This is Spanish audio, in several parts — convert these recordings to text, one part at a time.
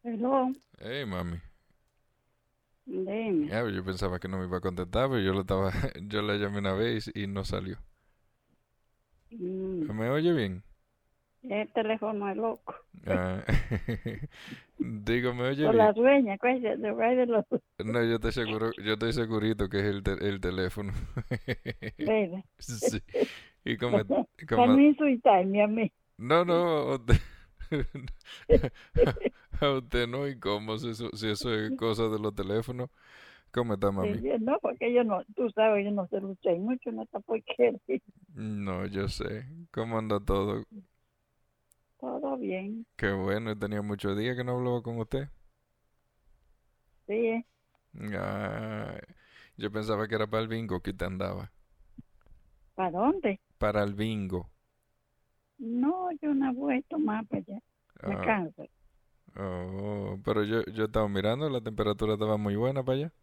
Hello, Hey, mami. dime. Yo pensaba que no me iba a contestar, pero yo la llamé una vez y no salió. Mm, ¿Me oye bien? el teléfono es loco. Ah, digo, ¿me oye Con bien? la dueña, cuál de los No, yo estoy segurito que es el teléfono. bebés. Sí. Y como, Permiso y time a mí. no, no, a usted no, ¿y cómo? Si eso es cosa de los teléfonos, ¿cómo está, mami? No, porque yo no, tú sabes, yo no sé luchar mucho en esta porquería. No, yo sé. ¿Cómo anda todo? Todo bien, Qué bueno, tenía muchos días que no hablaba con usted. sí. Ah, yo pensaba que era para el bingo que te andaba. ¿Para dónde? Para el bingo. No, yo no he vuelto más para allá. Me Ah, canso. pero yo estaba mirando, la temperatura estaba muy buena para allá.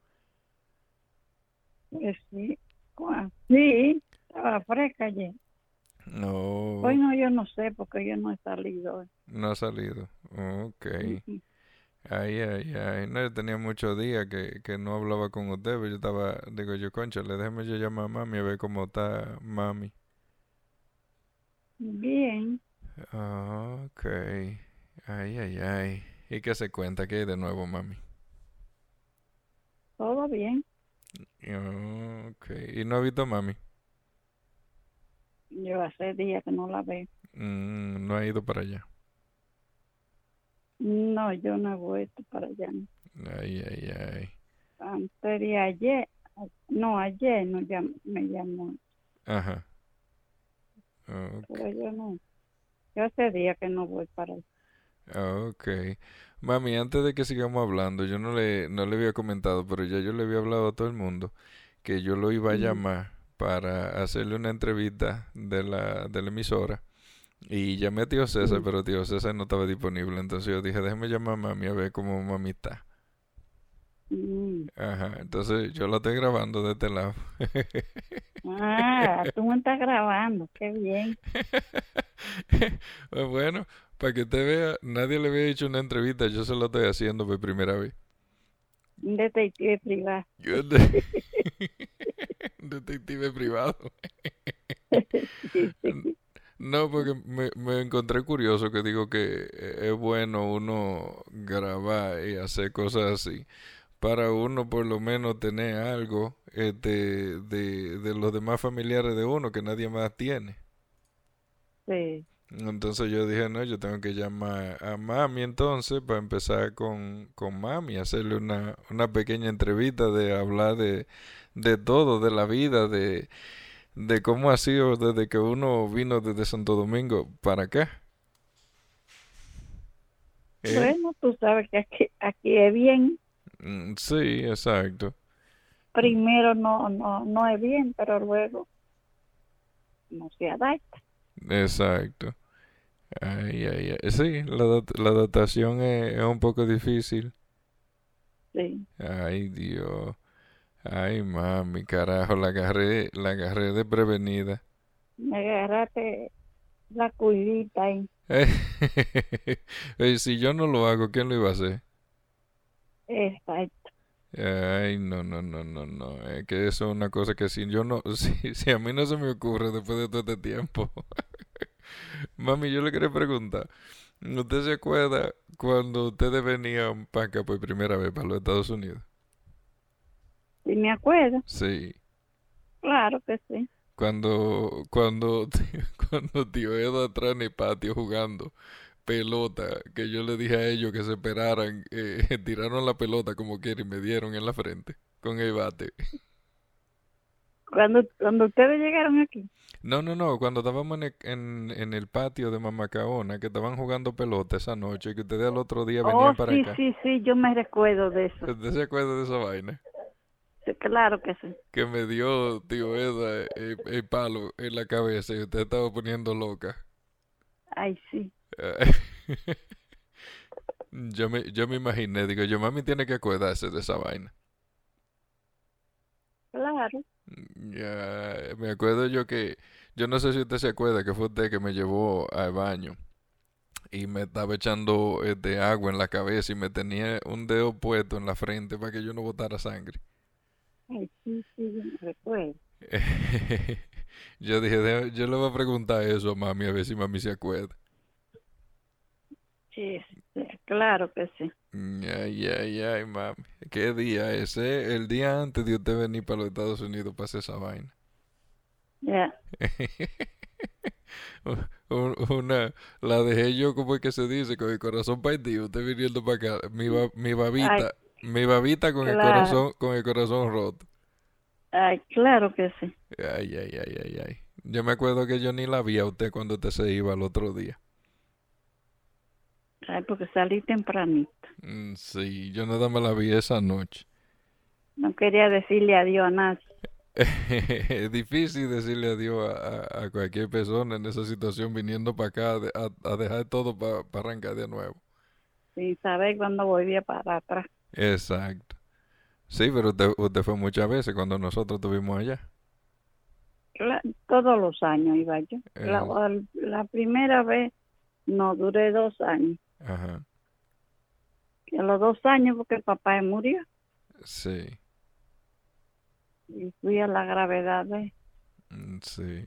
Pues sí. Sí, estaba fresca ayer. Hoy No, no, yo no sé porque yo no he salido hoy. no ha salido. Ok. Mm, mm. Ay, ay, ay. No, yo tenía muchos días que no hablaba con usted, pero digo yo, concha, le déjeme yo llamar a mami a ver cómo está mami. Bien, Ok. Ay, ay, ay. ¿Y qué se cuenta? ¿Qué hay de nuevo, mami? todo bien. Ok. ¿Y no ha visto a mami? Yo hace días que no la veo. No ha ido para allá. No, yo no he vuelto para allá. Ay, ay, ay. Antes de ayer, no, ayer no me llamó, Ajá. Ok. pero yo no. Yo hace días que no voy para allá. Ok. Mami, antes de que sigamos hablando, yo no le había comentado, pero ya yo le había hablado a todo el mundo que yo lo iba a Mm, llamar para hacerle una entrevista de la emisora. Y llamé a tío César, mm, pero tío César no estaba disponible. Entonces yo dije, déjeme llamar a mami a ver cómo mami está. mm. Ajá. Entonces yo lo estoy grabando de este lado. Ah, tú me estás grabando, qué bien. Pues bueno, para que usted vea, nadie le había hecho una entrevista, yo se lo estoy haciendo por primera vez. Un detective privado. Yo de- un detective privado. Sí, sí, No, porque me encontré curioso que digo que es bueno uno grabar y hacer cosas así, para uno por lo menos tener algo de los demás familiares de uno que nadie más tiene. sí. Entonces yo dije, no, yo tengo que llamar a mami entonces para empezar con mami, hacerle una pequeña entrevista de hablar de todo, de la vida, de cómo ha sido desde que uno vino desde Santo Domingo para acá. ¿Eh? Bueno, tú sabes que aquí es bien. Sí, exacto, Primero no es bien, pero luego no se adapta. exacto. Ay, ay, ay. Sí, la adaptación es un poco difícil. Sí. Ay, Dios. Ay, mami, carajo, la agarré desprevenida. Me agarraste la cuidita ahí. Si yo no lo hago, ¿quién lo iba a hacer? Exacto. Ay, no, no, no, no, no. Es que eso es una cosa que si yo no, si a mí no se me ocurre después de todo este tiempo. Mami, yo le quería preguntar, ¿usted se acuerda cuando ustedes venían para acá por primera vez para los Estados Unidos? Sí, me acuerdo. Sí. Claro que sí. Cuando tío Edo atrás en el patio jugando pelota, que yo le dije a ellos que se esperaran, tiraron la pelota como quiera y me dieron en la frente con el bate. Cuando ustedes llegaron aquí. No, no, no, cuando estábamos en el patio de Mamacaona, que estaban jugando pelota esa noche, que ustedes al otro día Oh, venían para sí, acá. sí, sí, yo me recuerdo de eso. ¿Usted se acuerda de esa vaina? Sí, claro que sí. Que me dio tío Eda el palo en la cabeza y usted estaba poniendo loca. Ay, sí, Yo me imaginé, digo, yo mami tiene que acordarse de esa vaina. claro. Ya, me acuerdo yo no sé si usted se acuerda que fue usted que me llevó al baño y me estaba echando agua en la cabeza y me tenía un dedo puesto en la frente para que yo no botara sangre. Ay, sí, sí, yo me recuerdo. Yo dije, yo le voy a preguntar eso a mami a ver si mami se acuerda. Sí, sí, claro que sí. Ay, ay, ay, mami. ¿Qué día ese? El día antes de usted venir para los Estados Unidos para hacer esa vaina. Ya, Una, la dejé yo como es que se dice, con el corazón partido, usted viniendo para acá, ay, mi babita claro, con el corazón roto. ay, claro que sí. Ay, ay, ay, ay, ay. Yo me acuerdo que yo ni la vi a usted cuando usted se iba el otro día. Ay, porque salí tempranito. Sí, yo nada más la vi esa noche. No quería decirle adiós a nadie, Es difícil decirle adiós a cualquier persona en esa situación viniendo para acá a dejar todo para arrancar de nuevo. sin saber cuándo volvía para atrás. Exacto. Sí, pero usted fue muchas veces cuando nosotros estuvimos allá. Todos los años iba yo. Eh, La primera vez no duré 2 años. ajá. Que a los 2 años porque el papá murió Sí. y fui a la gravedad de... Sí.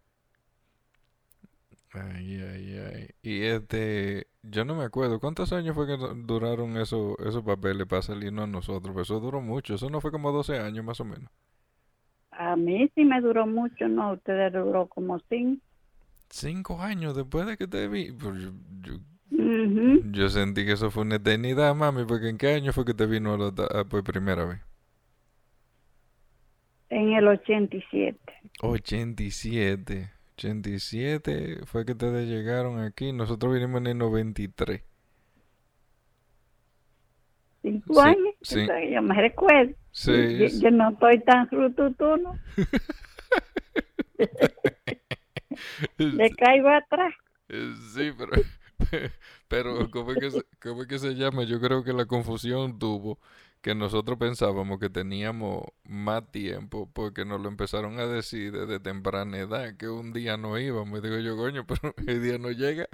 Ay, ay, ay. Y yo no me acuerdo, ¿cuántos años fue que duraron esos papeles para salirnos a nosotros? Pues eso duró mucho, eso no fue como 12 años más o menos. A mí sí me duró mucho, ¿no? Ustedes duró como 5. 5 años después de que te vi. Pues Ujú. yo sentí que eso fue una eternidad, mami, porque ¿en qué año fue que te vino por primera vez? En el 87. 87. 87 fue que ustedes llegaron aquí. Nosotros vinimos en el 93. 5 Sí, años, sí, entonces yo me recuerdo. sí. Yo no estoy tan frututo, ¿no? Le caigo atrás. Sí, pero ¿cómo es que se llama? Yo creo que la confusión tuvo que nosotros pensábamos que teníamos más tiempo porque nos lo empezaron a decir desde temprana edad, que un día no íbamos. Y digo yo, coño, pero el día no llega.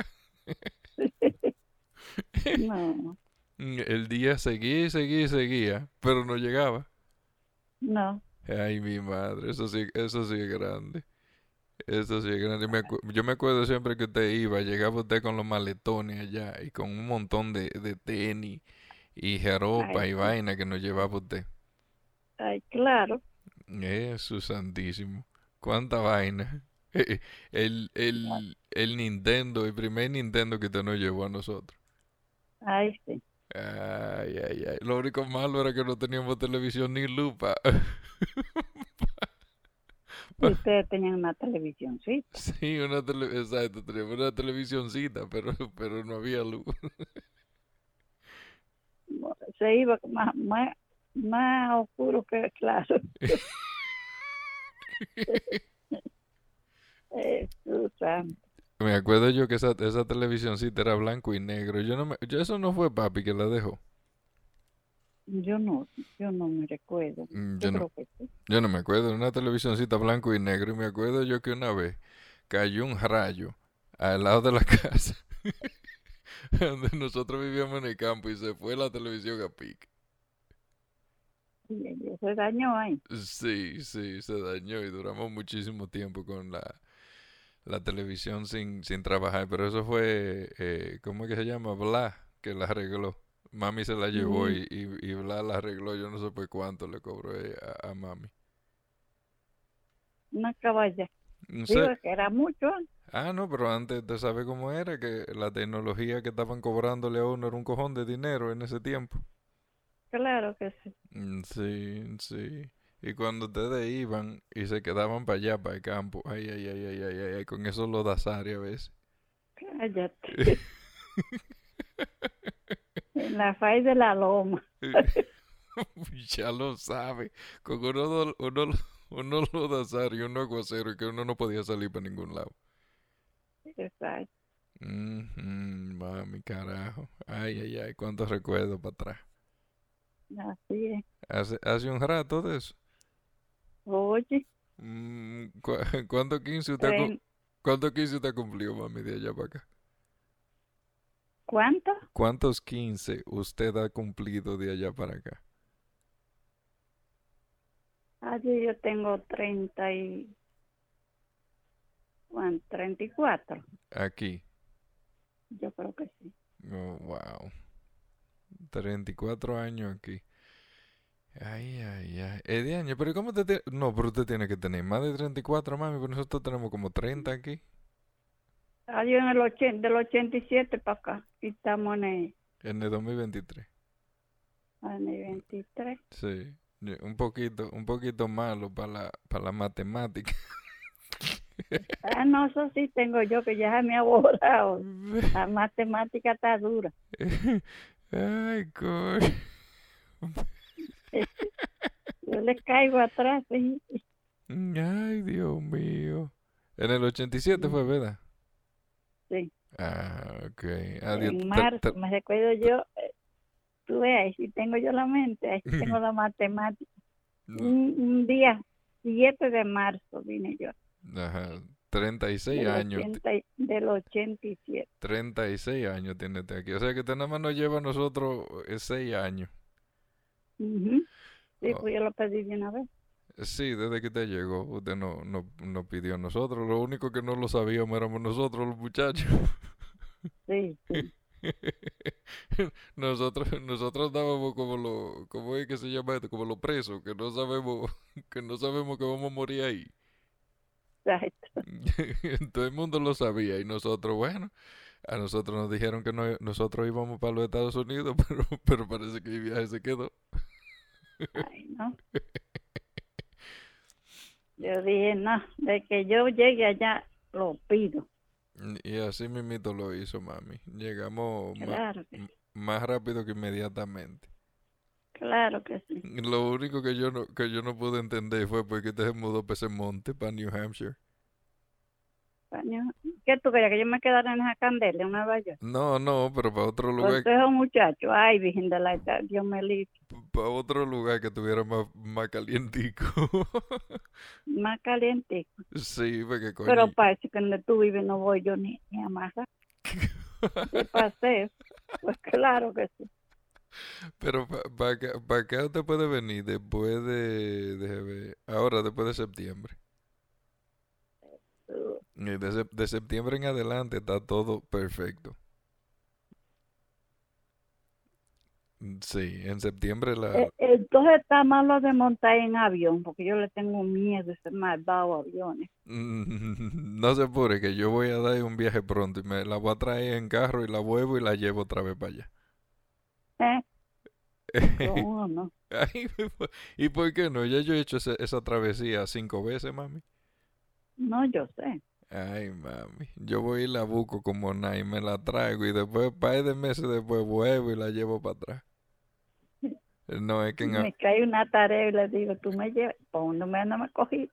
No, El día seguía y seguía y seguía, pero no llegaba. no. Ay, mi madre, eso sí es grande. Eso sí es grande. Yo me acuerdo siempre que usted iba, llegaba usted con los maletones allá y con un montón de tenis y Ay, jaropa y sí. vaina que nos llevaba usted. Ay, claro. Jesús santísimo. Cuánta vaina. El Nintendo, el primer Nintendo que usted nos llevó a nosotros. Ay, sí. Ay, ay, ay. Lo único malo era que no teníamos televisión ni lupa. Y ustedes tenían una televisioncita. Sí, exacto, teníamos una televisioncita, pero no había luz. Se iba más oscuro que claro. Susan. Me acuerdo yo que esa televisioncita era blanco y negro. Eso no fue papi que la dejó. Yo no me recuerdo. Mm, Yo creo que sí. Yo no me acuerdo de una televisioncita blanco y negro. Y me acuerdo yo que una vez cayó un rayo al lado de la casa donde nosotros vivíamos en el campo y se fue la televisión a pique. Y se dañó ahí. Sí, sí, se dañó y duramos muchísimo tiempo con la televisión sin trabajar. Pero eso fue, ¿cómo es que se llama? Bla, que la arregló. Mami se la llevó Mm, y Bla la arregló. Yo no sé por cuánto le cobró a mami. una caballa. No sé. Digo que era mucho antes. Ah, no, pero antes usted sabe cómo era, que la tecnología que estaban cobrándole a uno era un cojón de dinero en ese tiempo. Claro que sí. Sí, sí. Y cuando ustedes iban y se quedaban para allá, para el campo, ay, ay, ay, ay, ay, ay, ay, con eso lo da a veces. Cállate. En la faz de la loma. Ya lo sabe. Con uno lo da y uno aguacero y que uno no podía salir para ningún lado. Exacto. Ujú, mami, carajo. Ay, ay, ay, cuántos recuerdos para atrás. Así es. Hace un rato de eso. Oye, ¿Cuánto 15 tren, cuánto 15 usted cumplió, mami, de allá para acá? ¿Cuánto? ¿Cuántos 15 usted ha cumplido de allá para acá? Yo tengo 34. Aquí. Yo creo que sí. Oh, wow. 34 años aquí. Ay, ay, ay. De año, pero ¿cómo te tiene? No, pero usted tiene que tener más de 34, mami, pero nosotros tenemos como 30 aquí. Yo en el del 87 para acá. Y estamos En el 2023. en el 23. Sí. Un poquito malo para la matemática. No, eso sí tengo yo, que ya me ha borrado. La matemática está dura. Ay, coño. Yo le caigo atrás, sí. Ay, Dios mío. En el 87 fue, ¿verdad? Sí. Ah, ok. Adiós. En marzo, me recuerdo yo, tú ves, ahí sí tengo yo la mente, ahí sí tengo la matemática. Un día 7 de marzo vine yo. Ajá. 36 años. Del 87. 36 años tiene usted aquí. O sea que usted nada más nos lleva a nosotros 6 años. Sí, Oh, pues yo lo pedí de una vez. sí, desde que usted llegó, usted no pidió a nosotros. Lo único que no lo sabíamos éramos nosotros, los muchachos. Sí, sí. Nosotros estábamos ¿cómo es que se llama esto? Como los presos, que no sabemos que vamos a morir ahí. Exacto. Todo el mundo lo sabía y nosotros, bueno, a nosotros nos dijeron que nosotros íbamos para los Estados Unidos, pero parece que el viaje se quedó. Ay, no. Yo dije, no, de que yo llegue allá, lo pido. Y así mismito lo hizo, mami. Llegamos Claro que sí. más rápido que inmediatamente. Claro que sí. Lo único que yo no pude entender fue porque usted se mudó para ese monte, para New Hampshire. Coño, ¿qué tú querías? Que yo me quedara en esa candela en Nueva York. No, pero para otro lugar, Entonces, esos muchachos, ay, Virgen de la Eternidad, Dios me libre. para otro lugar que tuviera más calientico. Más caliente. Sí, porque Pero coño. parece que donde tú vives no voy yo ni a amarrar de paseo. Pues claro que sí. Pero para acá usted puede venir después déjeme ver, ahora después de septiembre. Y de septiembre en adelante está todo perfecto. Sí, en septiembre Entonces está malo de montar en avión, porque yo le tengo miedo a ese malvado aviones. no se apure que yo voy a dar un viaje pronto y me la voy a traer en carro y la vuelvo y la llevo otra vez para allá. ¿Eh? ¿Cómo no? Ay, ¿y por qué no? Ya yo he hecho esa travesía 5 veces, mami. No, yo sé. Ay, mami. Yo voy y la busco como nada y me la traigo y después, par de meses después, vuelvo y la llevo para atrás. No es que Me cae una tarea y le digo, tú me llevas, pues no me cogí.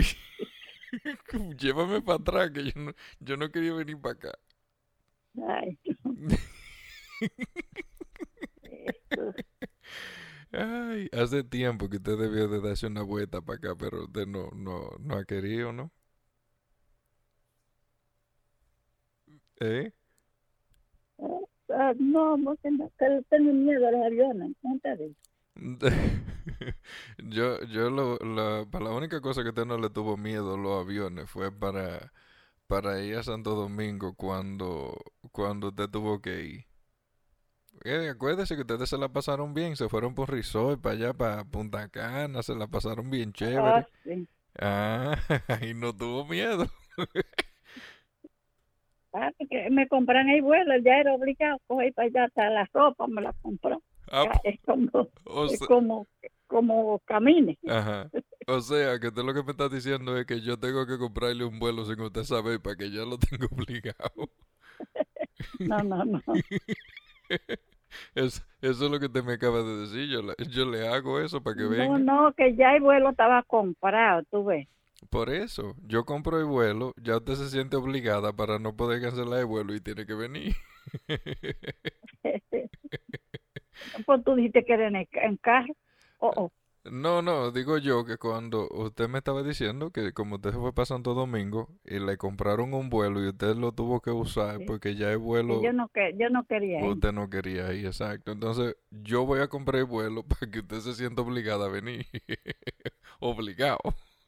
Llévame para atrás, que yo no quería venir para acá. Ay, eso. Ay, hace tiempo que usted debió de darse una vuelta para acá, pero usted no ha querido, ¿no? ¿Eh? No, porque no, que tengo miedo a los aviones, no te digo. Para la única cosa que usted no le tuvo miedo a los aviones fue para ir a Santo Domingo cuando usted tuvo que ir. Acuérdese que ustedes se la pasaron bien, se fueron por resort para allá, para Punta Cana, se la pasaron bien chévere. Sí. Ah, y no tuvo miedo. Que me compran el vuelo, ya era obligado a coger para allá, hasta la ropa me la compró. Ah, Es o es sea, como camine. ajá. O sea, que usted lo que me está diciendo es que yo tengo que comprarle un vuelo sin usted saber para que ya lo tenga obligado. No. Eso es lo que usted me acaba de decir. Yo le hago eso para que venga. No, que ya el vuelo estaba comprado, tú ves. Por eso, yo compro el vuelo, ya usted se siente obligada para no poder cancelar el vuelo y tiene que venir. Pues tú dijiste que era en carro. Oh. No, no, digo yo que cuando usted me estaba diciendo que como usted se fue para Santo Domingo y le compraron un vuelo y usted lo tuvo que usar Sí, porque ya el que vuelo yo no quería ir. usted no quería ir, exacto. Entonces yo voy a comprar el vuelo para que usted se sienta obligada a venir. Obligado.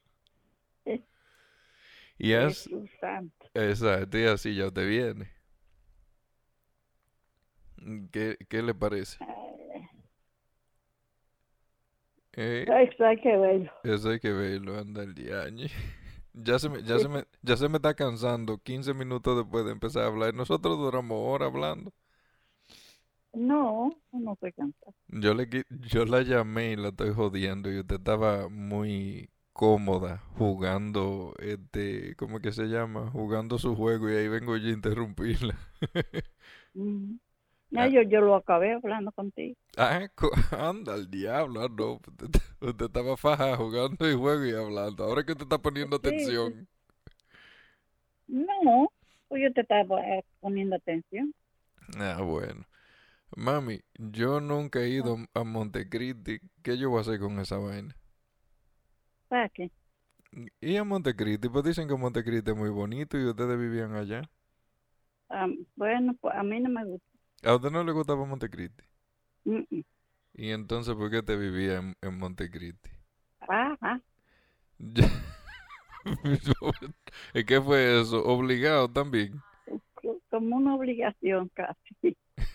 Y es, Jesús santo. exacto, y así ya usted viene. ¿Qué le parece? Eh, Eso hay que verlo. Eso hay que verlo, anda el día. Ya se me está cansando 15 minutos después de empezar a hablar. Nosotros duramos horas hablando. No, no estoy cansado. Yo la llamé y la estoy jodiendo y usted estaba muy cómoda jugando, ¿cómo que se llama? Jugando su juego y ahí vengo yo a interrumpirla. Mm. No, Ah, yo lo acabé hablando contigo. anda al diablo, no. Usted estaba faja jugando el juego y hablando. Ahora que usted está poniendo Sí, sí. atención. No, pues yo te estaba poniendo atención. Ah, bueno. Mami, yo nunca he ido a Montecristi. ¿Qué yo voy a hacer con esa vaina? ¿Para qué? Y a Montecristi, pues dicen que Montecristi es muy bonito y ustedes vivían allá. Ah, bueno, pues a mí no me gusta. ¿A usted no le gustaba Montecristi? Mm, mm. ¿Y entonces por qué te vivía en Montecristi? Ajá, ¿Y qué fue eso? ¿Obligado también? como una obligación casi.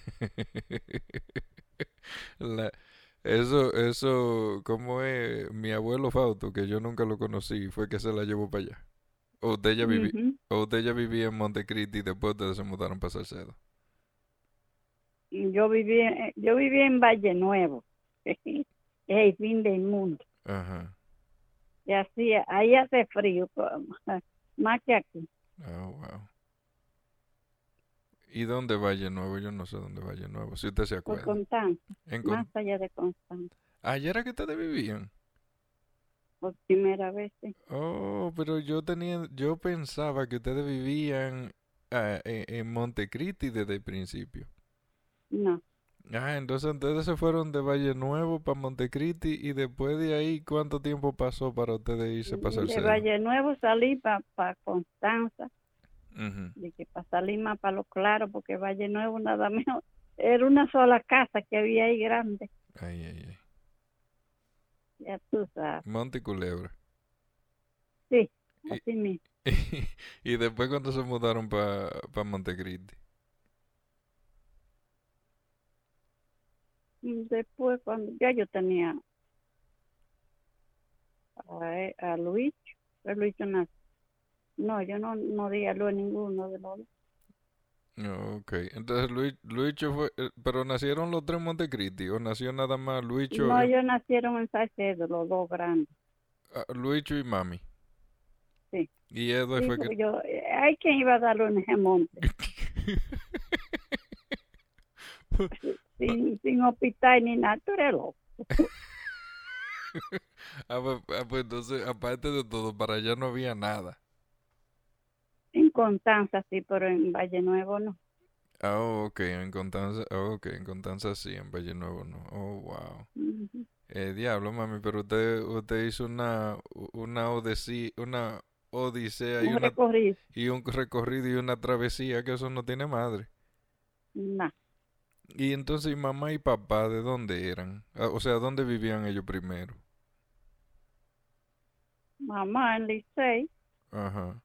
La- ¿Cómo es? Mi abuelo Fausto, que yo nunca lo conocí, fue que se la llevó para allá. O usted ya vivía, Ujú. o usted ya vivía en Montecristi y después ustedes se mudaron para Salcedo. Y yo viví en Valle Nuevo, es el fin del mundo. Ajá. Y así, ahí hace frío, más que aquí, Oh, wow. ¿Y dónde Valle Nuevo? Yo no sé dónde Valle Nuevo, si usted se por acuerda. Constanza, En más Con- allá de Constanza, Ayer era que ustedes vivían. por primera vez, sí. Oh, pero yo pensaba que ustedes vivían en Montecristi desde el principio. No, Ah, entonces ustedes se fueron de Valle Nuevo para Montecristi y después de ahí, ¿cuánto tiempo pasó para ustedes irse para de Salcedo? Valle Nuevo salí para Constanza, Ujú. de que para salir más para lo claro, porque Valle Nuevo nada menos, era una sola casa que había ahí grande, Ay, ay, ay. ya tú sabes, Monte y Culebra. sí, Y, así mismo. y después cuando se mudaron para Montecristi. Y después, cuando ya yo tenía a Luis, pero Luis no, no, yo no di a Luis ninguno de los dos. Oh, ok, entonces Luicho fue, pero nacieron los tres en Montecristi o nació nada más No, ellos nacieron en Salcedo, los dos grandes, Luicho y mami. sí. Y Edward Sí, fue que... porque yo, hay quien iba a darle en ese monte, sin hospital ni nada, tú eres loco. pues entonces, aparte de todo, para allá no había nada. En Constanza, sí, pero en Valle Nuevo no. Ah, ok, en Constanza sí, en Valle Nuevo no. Oh, wow. Ujú. Diablo, mami, pero usted hizo una odisea Un recorrido, y un recorrido y una travesía que eso no tiene madre. nada. Y entonces, ¿y mamá y papá de dónde eran? Ah, o sea, ¿dónde vivían ellos primero? Mamá en Licey Ajá.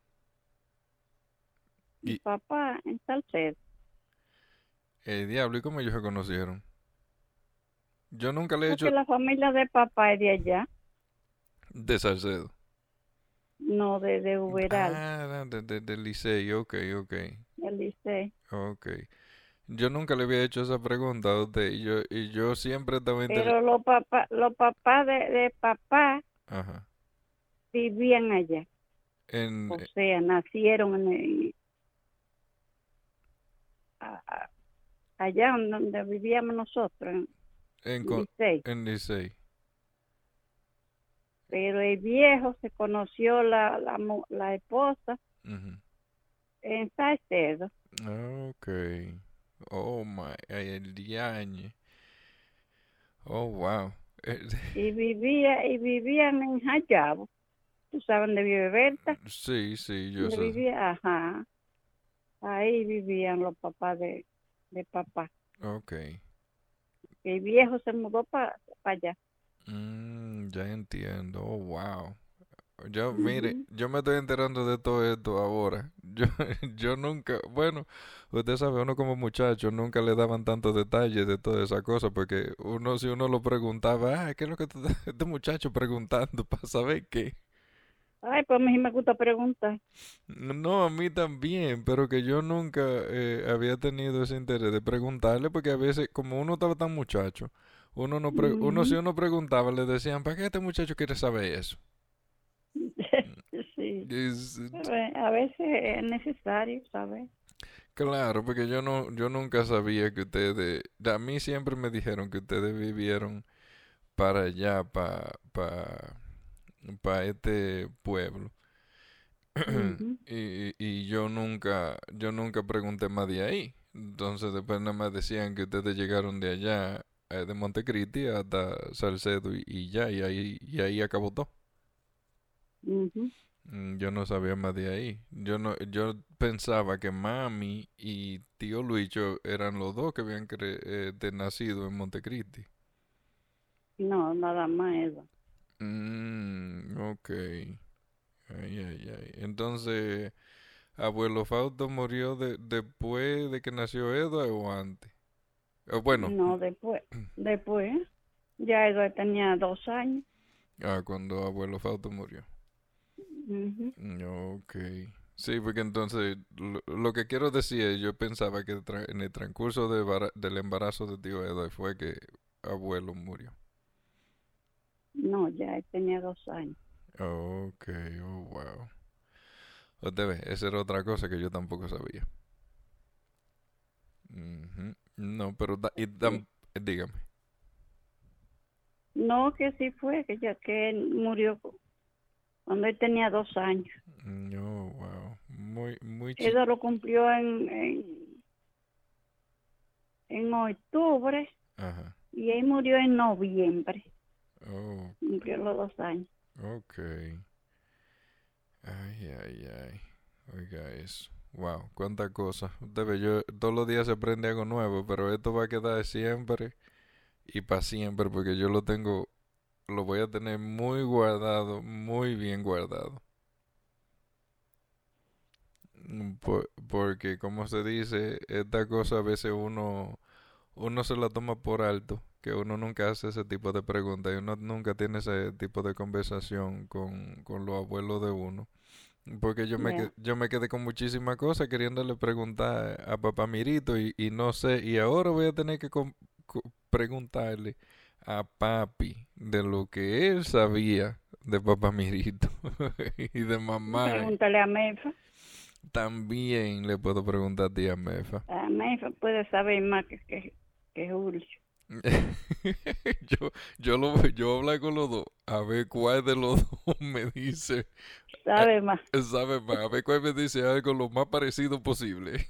y Y, papá en Salcedo. diablo, ¿y cómo ellos se conocieron? Yo nunca le he Porque hecho la familia de papá es de allá, de Salcedo. no de Uberal, Ah, del Licey, ok, ok, el Licey. ok. Yo nunca le había hecho esa pregunta a usted y yo siempre estaba Pero los papás de papá Ajá. vivían allá. En, O sea, nacieron a- a- allá donde vivíamos nosotros, en en, co- Licey. en Licey. Pero el viejo se conoció la esposa Ujú. en Salcedo. Ok. Oh my, ay, el diañe. Oh wow. y vivían en Jayabo. ¿Tú sabes dónde vive Berta? Sí, sí, yo Donde sé. vivía, ajá. Ahí vivían los papás de papá. Ok. El viejo se mudó para allá. Ya entiendo. Oh, wow. Yo, mire, Ujú. yo me estoy enterando de todo esto ahora. Yo nunca, bueno, usted sabe, uno como muchacho nunca le daban tantos detalles de toda esa cosa, porque uno, si uno lo preguntaba, ¿qué es lo que este muchacho preguntando para saber qué? Ay, pues a mí sí me gusta preguntar. No, a mí también, pero que yo nunca había tenido ese interés de preguntarle, porque a veces, como uno estaba tan muchacho, uno no uno si Ujú. uno preguntaba, le decían, ¿para qué este muchacho quiere saber eso? Sí, Es- pero a veces es necesario saber. claro, porque yo nunca sabía que ustedes, a mí siempre me dijeron que ustedes vivieron para allá, para este pueblo. Ujú. Y yo nunca pregunté más de ahí. Entonces después nada más decían que ustedes llegaron de allá, de Montecristi hasta Salcedo y ya, y ahí acabó todo. Ujú. Yo no sabía más de ahí. Yo pensaba que mami y tío Luicho eran los dos que habían nacido en Montecristi. No, nada más eso. Ok. Ay, ay, ay. Entonces, ¿abuelo Fausto murió después de que nació Edward o antes? Bueno, No, después, ya Eduardo tenía 2 años. cuando abuelo Fausto murió. Ujú. Ok. Sí, porque entonces lo que quiero decir es, yo pensaba que en el transcurso del embarazo de tío Edward fue que abuelo murió. No, ya él tenía 2 años. Ok, oh wow. Usted ve, esa era otra cosa que yo tampoco sabía. Ujú. No, pero Sí. dígame. No, que sí fue, que él murió cuando él tenía 2 años. No, wow. Muy, muy Eso lo cumplió en octubre Ajá. y él murió en noviembre. Oh, Cumplió los 2 años. ok. Ay, ay, ay. Oiga eso. Wow, cuánta cosa. Usted ve, yo todos los días se aprende algo nuevo, pero esto va a quedar siempre y para siempre, porque yo lo tengo, lo voy a tener muy guardado, muy bien guardado. Porque, como se dice, esta cosa a veces uno se la toma por alto, que uno nunca hace ese tipo de preguntas y uno nunca tiene ese tipo de conversación con los abuelos de uno. Porque Ya. yo me quedé con muchísimas cosas queriéndole preguntar a papá Mirito y no sé, y ahora voy a tener que preguntarle a papi de lo que él sabía de papá Mirito y de mamá. Pregúntale a Mefa. También le puedo preguntar a tía Mefa. A Mefa puede saber más que Julio. Yo, yo voy a hablar con los dos, a ver cuál de los dos me dice, Sabe más. sabe más, a ver cuál me dice algo lo más parecido posible.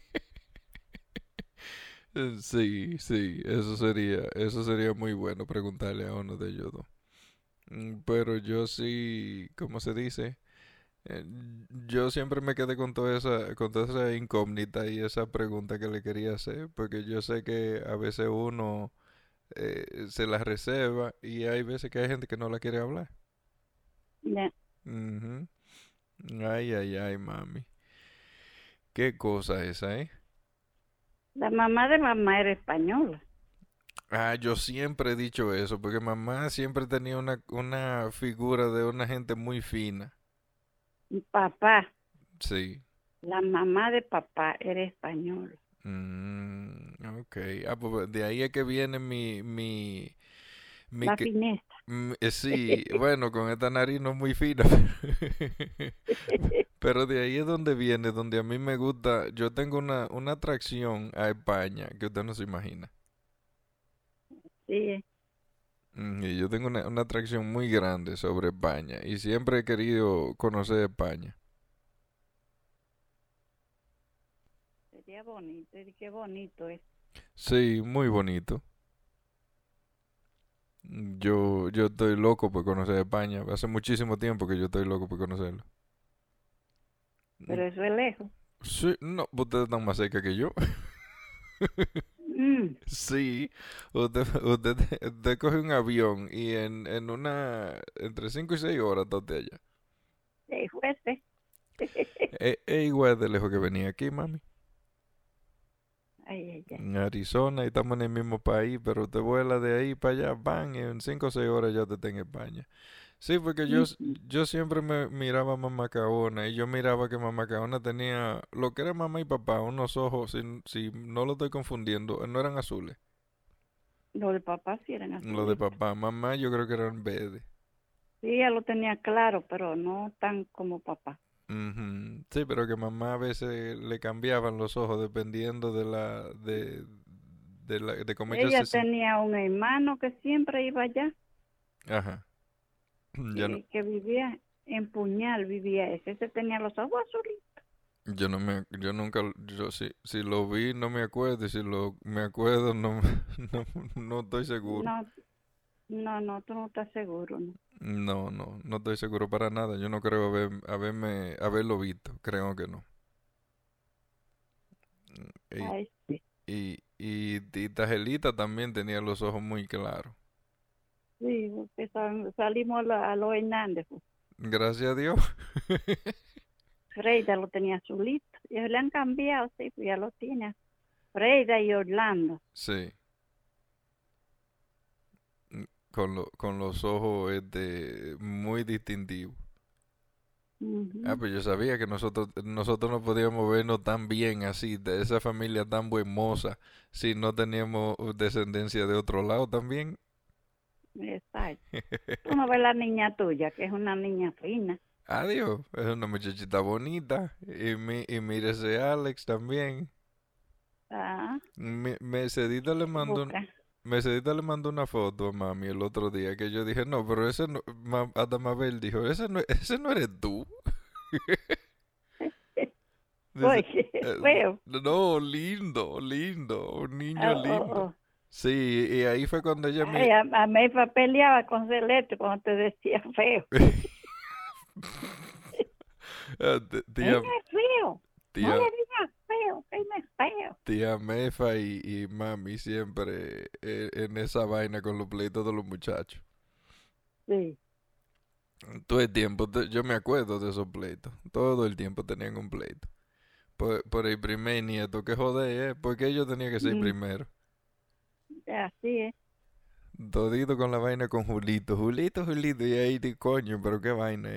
Sí, sí, eso sería muy bueno preguntarle a uno de ellos dos. Pero yo sí, ¿cómo se dice? Eh, yo siempre me quedé con toda esa incógnita y esa pregunta que le quería hacer, porque yo sé que a veces uno se la reserva y hay veces que hay gente que no la quiere hablar. Ya. Ujú. Ay, ay, ay, mami. Qué cosa esa, ¿eh? La mamá de mamá era española. Yo siempre he dicho eso, porque mamá siempre tenía una figura de una gente muy fina. Papá, Sí. la mamá de papá era española. Ok. Pues de ahí es que viene mi La que, fineza. sí, bueno, con esta nariz no es muy fina, pero de ahí es donde viene, donde a mí me gusta, yo tengo una atracción a España que usted no se imagina. Sí, Y yo tengo una atracción muy grande sobre España y siempre he querido conocer España. sería bonito. Y qué bonito es. Sí, muy bonito. Yo estoy loco por conocer España. Hace muchísimo tiempo que yo estoy loco por conocerlo. pero eso es lejos. Sí, no, ustedes están más cerca que yo. Mm, Sí, usted coge un avión y entre 5 y 6 horas está usted allá. seis jueces. Es igual de lejos que venía aquí, mami. Ay, ay, ay. En Arizona y estamos en el mismo país, pero usted vuela de ahí para allá, van, y en 5 o 6 horas ya usted está en España. Sí, porque Ujú. yo siempre me miraba a Mamá Caona y yo miraba que Mamá Caona tenía lo que era mamá y papá, unos ojos, si no lo estoy confundiendo, no eran azules. Los de papá sí eran Los de azulitos. papá, mamá yo creo que eran verdes. Sí, ya lo tenía claro, pero no tan como papá. Ujú. Sí, pero que mamá a veces le cambiaban los ojos dependiendo de cómo ella Ella se sentía. tenía un hermano que siempre iba allá, Ajá. Yo no, que vivía en Puñal, vivía ese. Ese tenía los ojos azulitos. yo nunca, si lo vi no me acuerdo y si me acuerdo no, no, no estoy seguro. No, no, no, tú no estás seguro, ¿no? No estoy seguro para nada. Yo no creo haberlo visto. Creo que no. Y, Ay, sí. y Tita Gelita también tenía los ojos muy claros. Sí, porque salimos a los Hernández, pues. Gracias a Dios. Freida lo tenía azulito. Ellos le han cambiado, sí, pues ya lo tiene. Freida y Orlando. Sí, con los ojos muy distintivos. Ah, Ujú. pues yo sabía que nosotros no podíamos vernos tan bien así, de esa familia tan hermosa, si no teníamos descendencia de otro lado también. Exacto. Tú no ves la niña tuya, que es una niña fina. Adiós, es una muchachita bonita. Y mírese Alex también. Ah, Mercedita le mandó, busca. Mercedita le mandó una foto a mami el otro día que yo dije, no, pero ese no, hasta Mabel dijo, ese no eres tú. Dice, Oye, eh, feo. no, lindo, lindo, un niño Oh, oh, lindo. oh. Sí, y ahí fue cuando ella Ay, me... a mí peleaba con Celeste cuando te decía feo. Él Tía, no es feo. No le tía, digas feo, que él no es feo. tía Mefa y mami siempre en esa vaina con los pleitos de los muchachos. Sí. Todo el tiempo, yo me acuerdo de esos pleitos. Todo el tiempo tenían un pleito. Por el primer nieto, que joder, porque yo tenía que ser Mm, primero. así es. Todito con la vaina con Julito. Julito, y ahí de coño, pero qué vaina,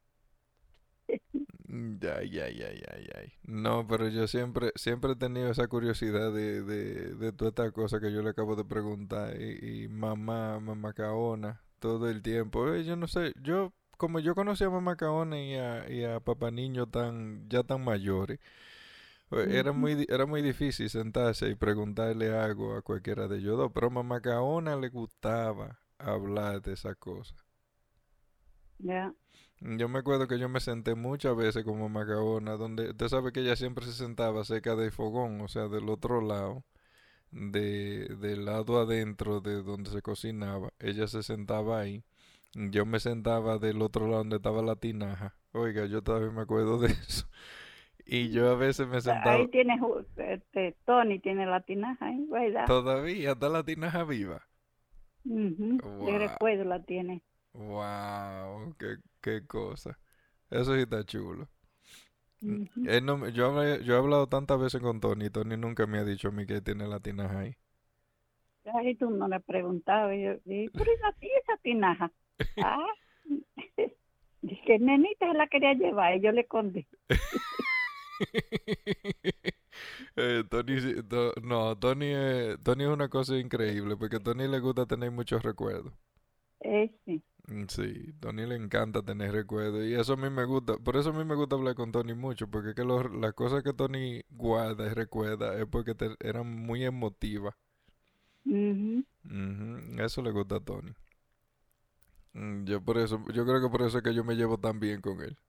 Ay. No, pero yo siempre he tenido esa curiosidad de todas estas cosas que yo le acabo de preguntar. Y mamá Caona, todo el tiempo. Yo no sé, como yo conocí a mamá Caona y a papá niño ya tan mayores, Ujú. era muy difícil sentarse y preguntarle algo a cualquiera de ellos dos. Pero a mamá Caona le gustaba hablar de esas cosas. Ya. Yo me acuerdo que yo me senté muchas veces con mamá Gaona, donde usted sabe que ella siempre se sentaba cerca del fogón, o sea, del otro lado, del lado adentro de donde se cocinaba. Ella se sentaba ahí. Yo me sentaba del otro lado donde estaba la tinaja. Oiga, yo todavía me acuerdo de eso. Y yo a veces me sentaba, Ahí tienes, Tony tiene la tinaja ahí, ¿verdad? todavía está la tinaja viva. Ujú. Yo Wow, recuerdo la tiene. wow, qué cosa. Eso sí está chulo. Ujú. Él no yo he hablado tantas veces con Tony, Tony nunca me ha dicho a mí que tiene la tinaja ahí. Ahí tú no le preguntabas, pero ¿y esa tinaja? Ah, dije, nenita se la quería llevar y yo le escondí. Tony, no, Tony es una cosa increíble porque a Tony le gusta tener muchos recuerdos. Sí. Sí, Tony le encanta tener recuerdos y eso a mí me gusta, por eso a mí me gusta hablar con Tony mucho, porque es que las cosas que Tony guarda y recuerda es porque eran muy emotivas. Ujú. Ujú, eso le gusta a Tony. Yo creo que por eso es que yo me llevo tan bien con él.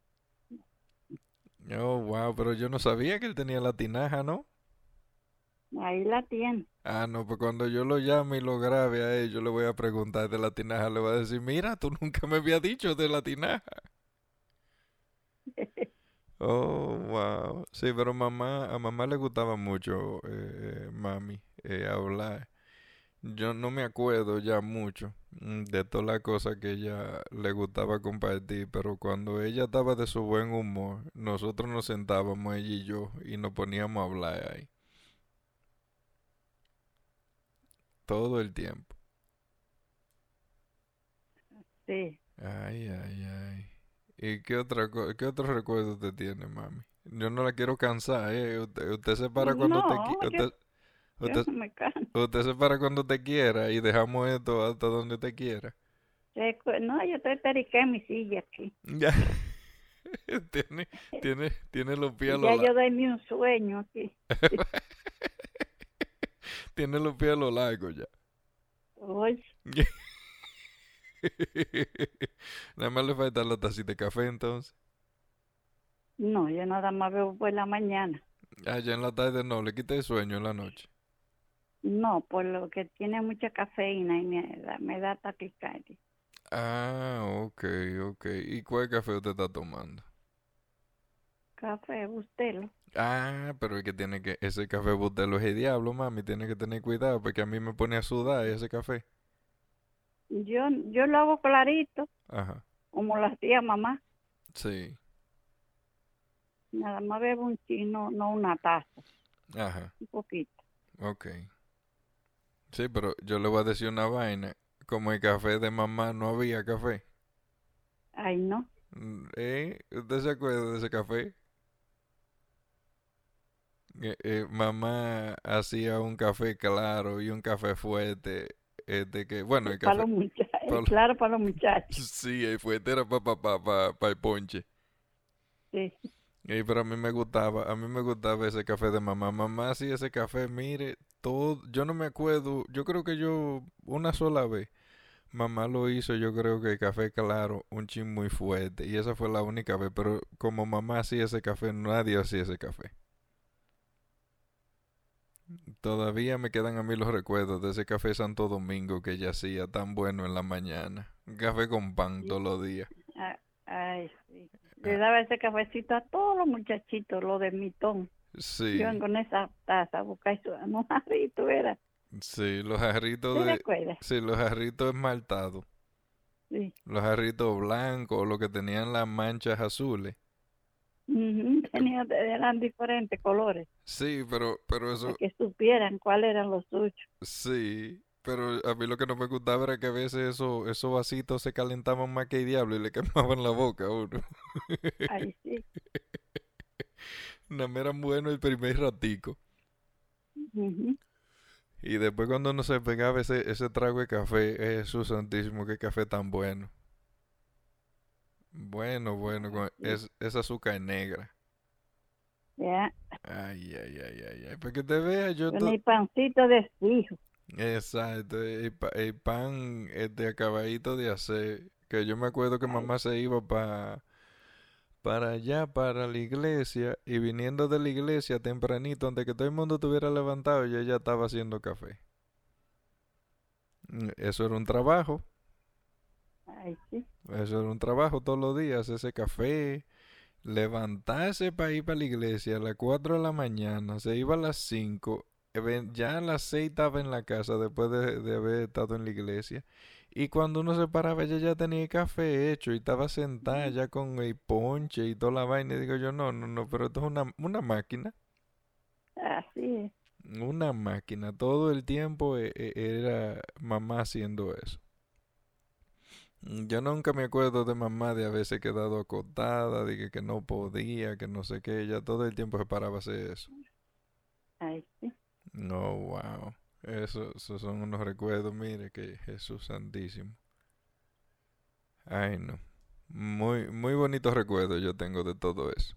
Oh, wow, pero yo no sabía que él tenía la tinaja, ¿no? Ahí la tiene. Ah, no, pues cuando yo lo llame y lo grabe a él, yo le voy a preguntar de la tinaja, le voy a decir, mira, tú nunca me habías dicho de la tinaja. Oh, wow. Sí, pero a mamá le gustaba mucho, mami, hablar. Yo no me acuerdo ya mucho de todas las cosas que ella le gustaba compartir, pero cuando ella estaba de su buen humor, nosotros nos sentábamos, ella y yo, y nos poníamos a hablar ahí, todo el tiempo. Sí. Ay, ay, ay. ¿Y qué otro recuerdo usted tiene, mami? Yo no la quiero cansar, ¿eh? Usted se para cuando te No, yo usted, no me canso. usted se para cuando te quiera y dejamos esto hasta donde te quiera. No, yo estoy periqué en mi silla aquí. Ya, tiene, tiene los pies a lo Ya yo doy un sueño aquí. tiene los pies a lo largo ya. Oye, Nada más le falta la tacita de café entonces. no, yo nada más veo por la mañana. Allá en la tarde no, le quita el sueño en la noche. No, por lo que tiene mucha cafeína y me da taquicardia. Ah, ok, ok. ¿Y cuál café usted está tomando? Café, Bustelo. Ah, pero es que tiene que, ese café bustelo es el diablo, mami, tiene que tener cuidado porque a mí me pone a sudar ese café. Yo lo hago clarito, Ajá, como lo hacía mamá. sí, Nada más bebo un chino, no una taza, ajá, un poquito. ok. Sí, pero yo le voy a decir una vaina. Como el café de mamá no había café. Ay, no. ¿Usted se acuerda de ese café? Mamá hacía un café claro y un café fuerte. Bueno, el Para café, los muchachos, pa- claro, para los muchachos. sí, el fuerte era para el ponche. Sí. Pero a mí me gustaba ese café de mamá. Mamá hacía ese café, mire, todo, yo no me acuerdo, yo creo que yo una sola vez, mamá lo hizo, yo creo que el café claro, un chin muy fuerte, y esa fue la única vez, pero como mamá hacía ese café, nadie hacía ese café. Todavía me quedan a mí los recuerdos de ese café Santo Domingo que ella hacía tan bueno en la mañana. Un café con pan Sí. todos los días. Ay, sí. Le Ah, daba ese cafecito a todos los muchachitos, lo de mitón. Yo sí, con esa taza a buscar eso, un jarrito era. sí, los jarritos ¿Te de, recuerdas? sí, los jarritos esmaltados. Sí. Los jarritos blancos, los que tenían las manchas azules. Ujú, eran diferentes colores, Sí, pero para eso, que supieran cuáles eran los suyos. sí. Pero a mí lo que no me gustaba era que a veces esos vasitos se calentaban más que el diablo y le quemaban la boca a uno. Ay, sí. Nada más eran buenos el primer ratico. Ujú. Y después cuando uno se pegaba ese trago de café, Jesús santísimo, qué café tan bueno. Bueno, bueno, Ay, sí. esa azúcar negra. Ya, Ay, ay, ay, ay, ay. Para que te vea, con el pancito de fijo. Exacto, el pan de acabadito de hacer, que yo me acuerdo que Ay, mamá se iba para allá, para la iglesia, y viniendo de la iglesia tempranito, antes que todo el mundo estuviera levantado, y ella estaba haciendo café. Eso era un trabajo, ay, sí. eso era un trabajo todos los días, ese café, levantarse para ir para la iglesia a las 4 de la mañana, se iba a las 5, ya a las 6 estaba en la casa después de haber estado en la iglesia. Y cuando uno se paraba, ella ya tenía el café hecho y estaba sentada ya con el ponche y toda la vaina. Y digo yo, no, no, no, pero esto es una máquina. Así es. Una máquina. Todo el tiempo era mamá haciendo eso. Yo nunca me acuerdo de mamá de haberse quedado acotada, de que no podía, que no sé qué. Ella todo el tiempo se paraba a hacer eso. Ay, sí. No, wow. Esos son unos recuerdos, mire, que Jesús Santísimo. Ay, no. Muy, muy bonitos recuerdos yo tengo de todo eso.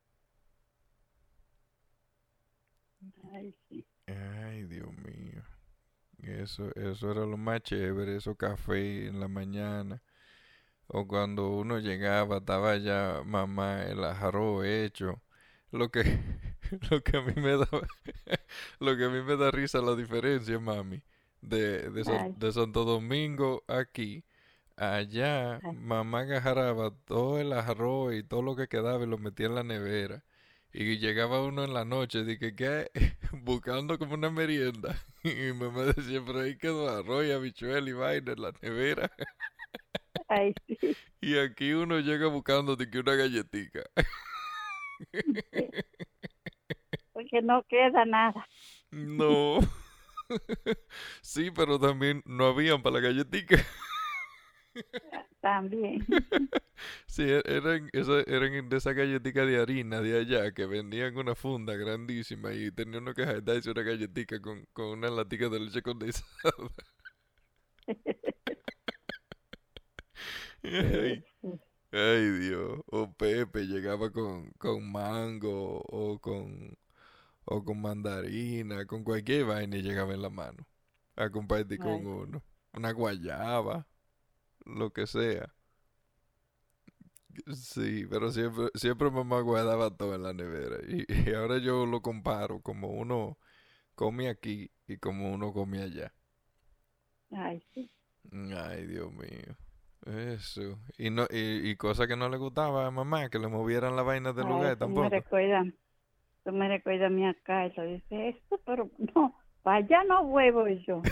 Ay, sí. Ay, Dios mío. Eso era lo más chévere, esos café en la mañana. O cuando uno llegaba, estaba ya mamá el arroz hecho. Lo que, Lo que a mí me da, lo que a mí me da risa la diferencia, mami, Ay, de Santo Domingo aquí. Allá, ay, mamá agarraba todo el arroz y todo lo que quedaba y lo metía en la nevera. Y llegaba uno en la noche, dije, ¿qué? Buscando como una merienda. Y mi mamá decía, pero ahí quedó arroz y habichuela y vaina en la nevera. ay, sí, Y aquí uno llega buscando de que una galletica. sí, porque no queda nada. No. Sí, pero también no habían para la galletica. También. Sí, eran de esa galletica de harina de allá que vendían una funda grandísima y tenía uno que darse una galletica con una latica de leche condensada. Sí, Ay, sí. ay, Dios. O Pepe llegaba con mango o con mandarina, con cualquier vaina y llegaba en la mano a compartir con Ay, uno. Una guayaba, lo que sea. Sí, pero siempre mamá guardaba todo en la nevera. Y ahora yo lo comparo como uno come aquí y como uno come allá. ay, sí. Ay, Dios mío. Eso. Y no, y cosa que no le gustaba a mamá, que le movieran la vaina del Ay, lugar tampoco. tú me recuerdas a mí acá, y lo dice esto, pero no, para allá no vuelvo yo.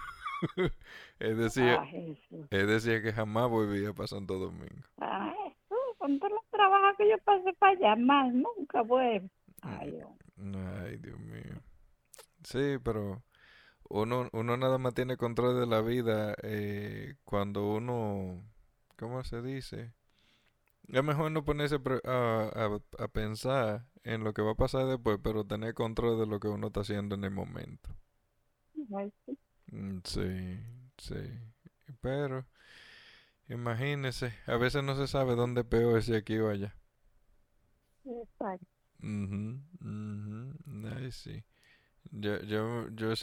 Él decía, Ah, Jesús. él decía que jamás volvía para Santo Domingo. Ah, Jesús, con todos los trabajos que yo pasé para allá, más nunca vuelvo. Ay, Dios. Ay, Dios mío. Sí, pero uno nada más tiene control de la vida cuando uno, ¿cómo se dice? Es mejor no ponerse a pensar en lo que va a pasar después, pero tener control de lo que uno está haciendo en el momento. Ay, sí, Sí, sí. Pero imagínese, a veces no se sabe dónde es peor, si aquí o allá. exacto. Ujú, ujú. Ay, sí. Yo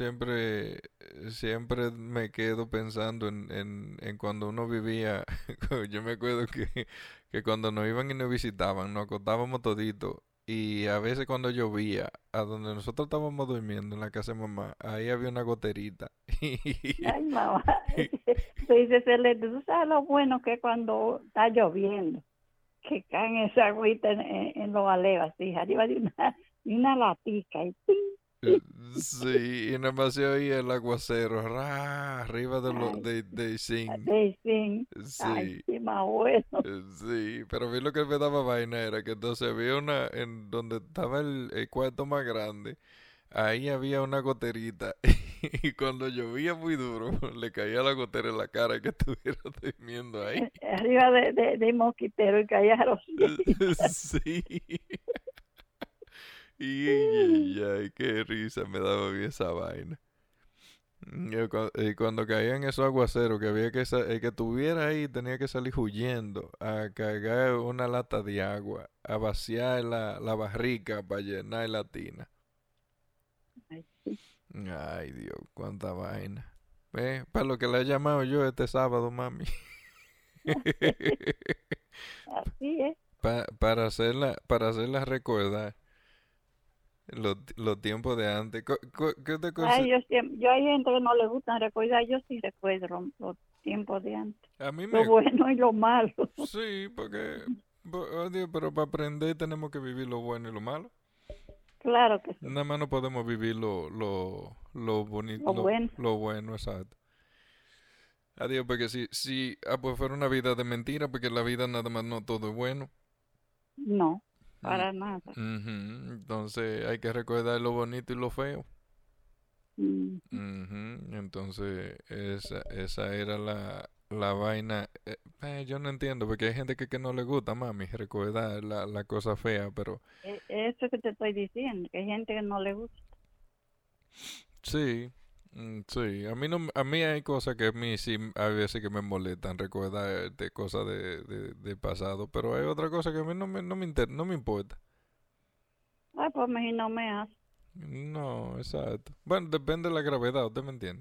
siempre me quedo pensando en cuando uno vivía. Yo me acuerdo que cuando nos iban y nos visitaban, nos acostábamos toditos. Y a veces cuando llovía, a donde nosotros estábamos durmiendo en la casa de mamá, ahí había una goterita. Ay, mamá. Tú dices, Celeste, tú sabes lo bueno que es cuando está lloviendo, que caen esa agüita en los alevas, así, arriba de una latica, y ¡ping! Sí, y nada más se oía el aguacero, arriba Ay, de zinc. sí, ay, Sí. qué más bueno. Sí, pero a mí lo que me daba vaina era que entonces había una, en donde estaba el cuarto más grande, ahí había una goterita y cuando llovía muy duro le caía la gotera en la cara que estuviera durmiendo ahí. Arriba de mosquitero y callaron. Sí. Y ay, qué risa me daba a mí esa vaina. Y cuando caían esos aguaceros, que había el que estuviera ahí tenía que salir huyendo a cargar una lata de agua, a vaciar la barrica para llenar la tina. Ay, sí, Ay, Dios, cuánta vaina. Para lo que le he llamado yo este sábado, mami. así es. Para hacerla recordar los tiempos de antes. ¿Qué te Ay, yo hay gente que no le gusta recordar, yo sí recuerdo los tiempos de antes, A mí lo me... bueno y lo malo. Sí, porque... Oh, Dios, pero para aprender tenemos que vivir lo bueno y lo malo. Claro que sí, Nada más no podemos vivir lo bonito, lo bueno, lo bueno, exacto. Adiós, porque pues fuera una vida de mentira, porque la vida nada más no todo es bueno. no, Mm, para nada. ujú. Entonces hay que recordar lo bonito y lo feo. Mm, Ujú. Entonces esa era la vaina. Yo no entiendo, porque hay gente que no le gusta, mami, recordar la cosa fea, pero Eso que te estoy diciendo, que hay gente que no le gusta. sí, sí, a mí no, a mí hay cosas que a mí sí, a veces que me molestan recordar de cosas de pasado, pero hay otra cosa que a mí no me importa. Ay, pues mí no me hace. No, exacto. Bueno, depende de la gravedad, ¿usted me entiende?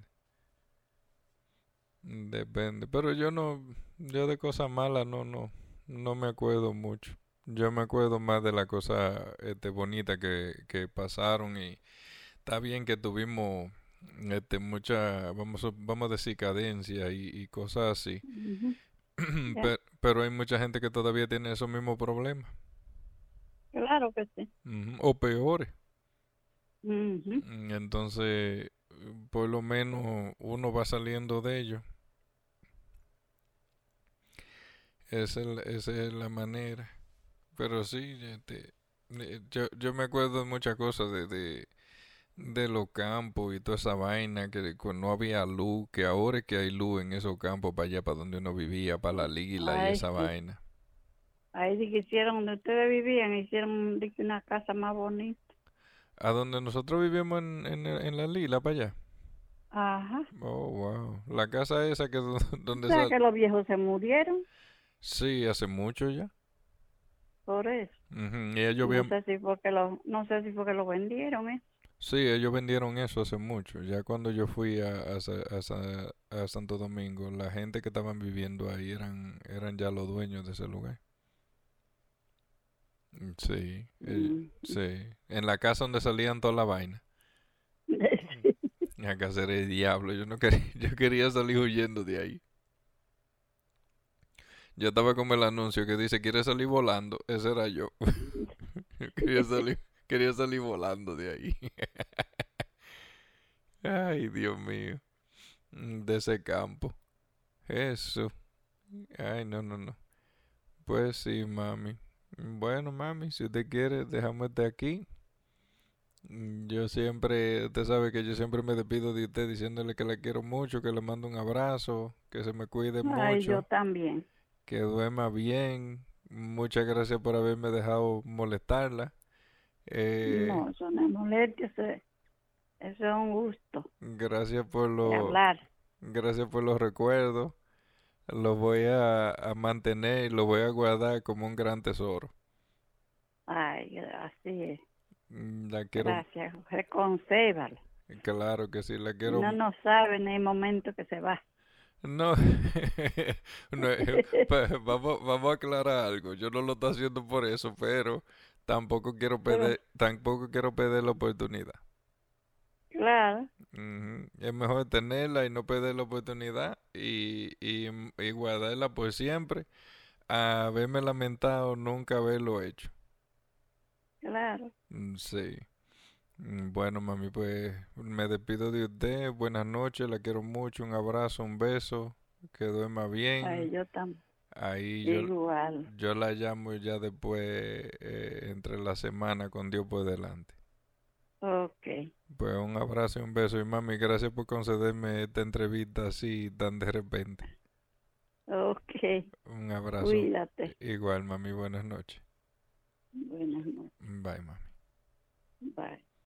Depende, pero yo de cosas malas no me acuerdo mucho. Yo me acuerdo más de las cosas bonitas que pasaron y está bien que tuvimos mucha, vamos a decir, cadencia y cosas así. Ujú. Ya, Pero hay mucha gente que todavía tiene esos mismos problemas, claro que sí. o peores. Ujú. Entonces, por lo menos uno va saliendo de ello. Esa es la manera. Pero sí, yo me acuerdo de muchas cosas de los campos y toda esa vaina, no había luz, que ahora es que hay luz en esos campos para allá, para donde uno vivía, para la Lila y Ay, esa sí. vaina. Ahí sí que hicieron donde ustedes vivían, hicieron di que una casa más bonita. A donde nosotros vivimos en la Lila, para allá. Ajá. Oh, wow. La casa esa que es O donde sea sale. que los viejos se murieron Sí, hace mucho ya. por eso. Ujú, y ellos No bien, sé si fue que no sé si fue que lo vendieron, ¿eh? sí, ellos vendieron eso hace mucho. Ya cuando yo fui a Santo Domingo, la gente que estaban viviendo ahí eran ya los dueños de ese lugar. Sí, Mm. sí. En la casa donde salían toda la vaina. A hacer el diablo. Yo no quería, yo quería salir huyendo de ahí. Yo estaba como el anuncio que dice, ¿quieres salir volando? Ese era yo. Quería salir volando de ahí. Ay, Dios mío. De ese campo. Eso. Ay, no, no, no. Pues sí, mami. Bueno, mami, si usted quiere, dejamos este aquí. Yo siempre, usted sabe que yo siempre me despido de usted diciéndole que la quiero mucho, que le mando un abrazo, que se me cuide Ay, yo mucho, también. que duerma bien. Muchas gracias por haberme dejado molestarla. Eh, No, eso no es molestia, eso es un gusto gracias de hablar. gracias por los recuerdos. Los voy a mantener y los voy a guardar como un gran tesoro. Ay, así es. La quiero, Gracias. Reconsérvala. claro que sí, la quiero. Uno no sabe en el momento que se va. No, no, vamos a aclarar algo. Yo no lo estoy haciendo por eso, pero Pero, tampoco quiero perder la oportunidad. claro, Ujú. Es mejor tenerla y no perder la oportunidad y guardarla por siempre, a haberme lamentado nunca haberlo hecho. claro. Sí. Bueno, mami, pues me despido de usted. Buenas noches, la quiero mucho. Un abrazo, un beso. Que duerma bien. Ay, yo también. Ahí Igual. yo la llamo ya después, entre la semana, con Dios por delante. Ok, Pues un abrazo y un beso. Y mami, gracias por concederme esta entrevista así tan de repente. ok. Un abrazo. Cuídate. Igual, mami, buenas noches. Buenas noches. Bye, mami. Bye.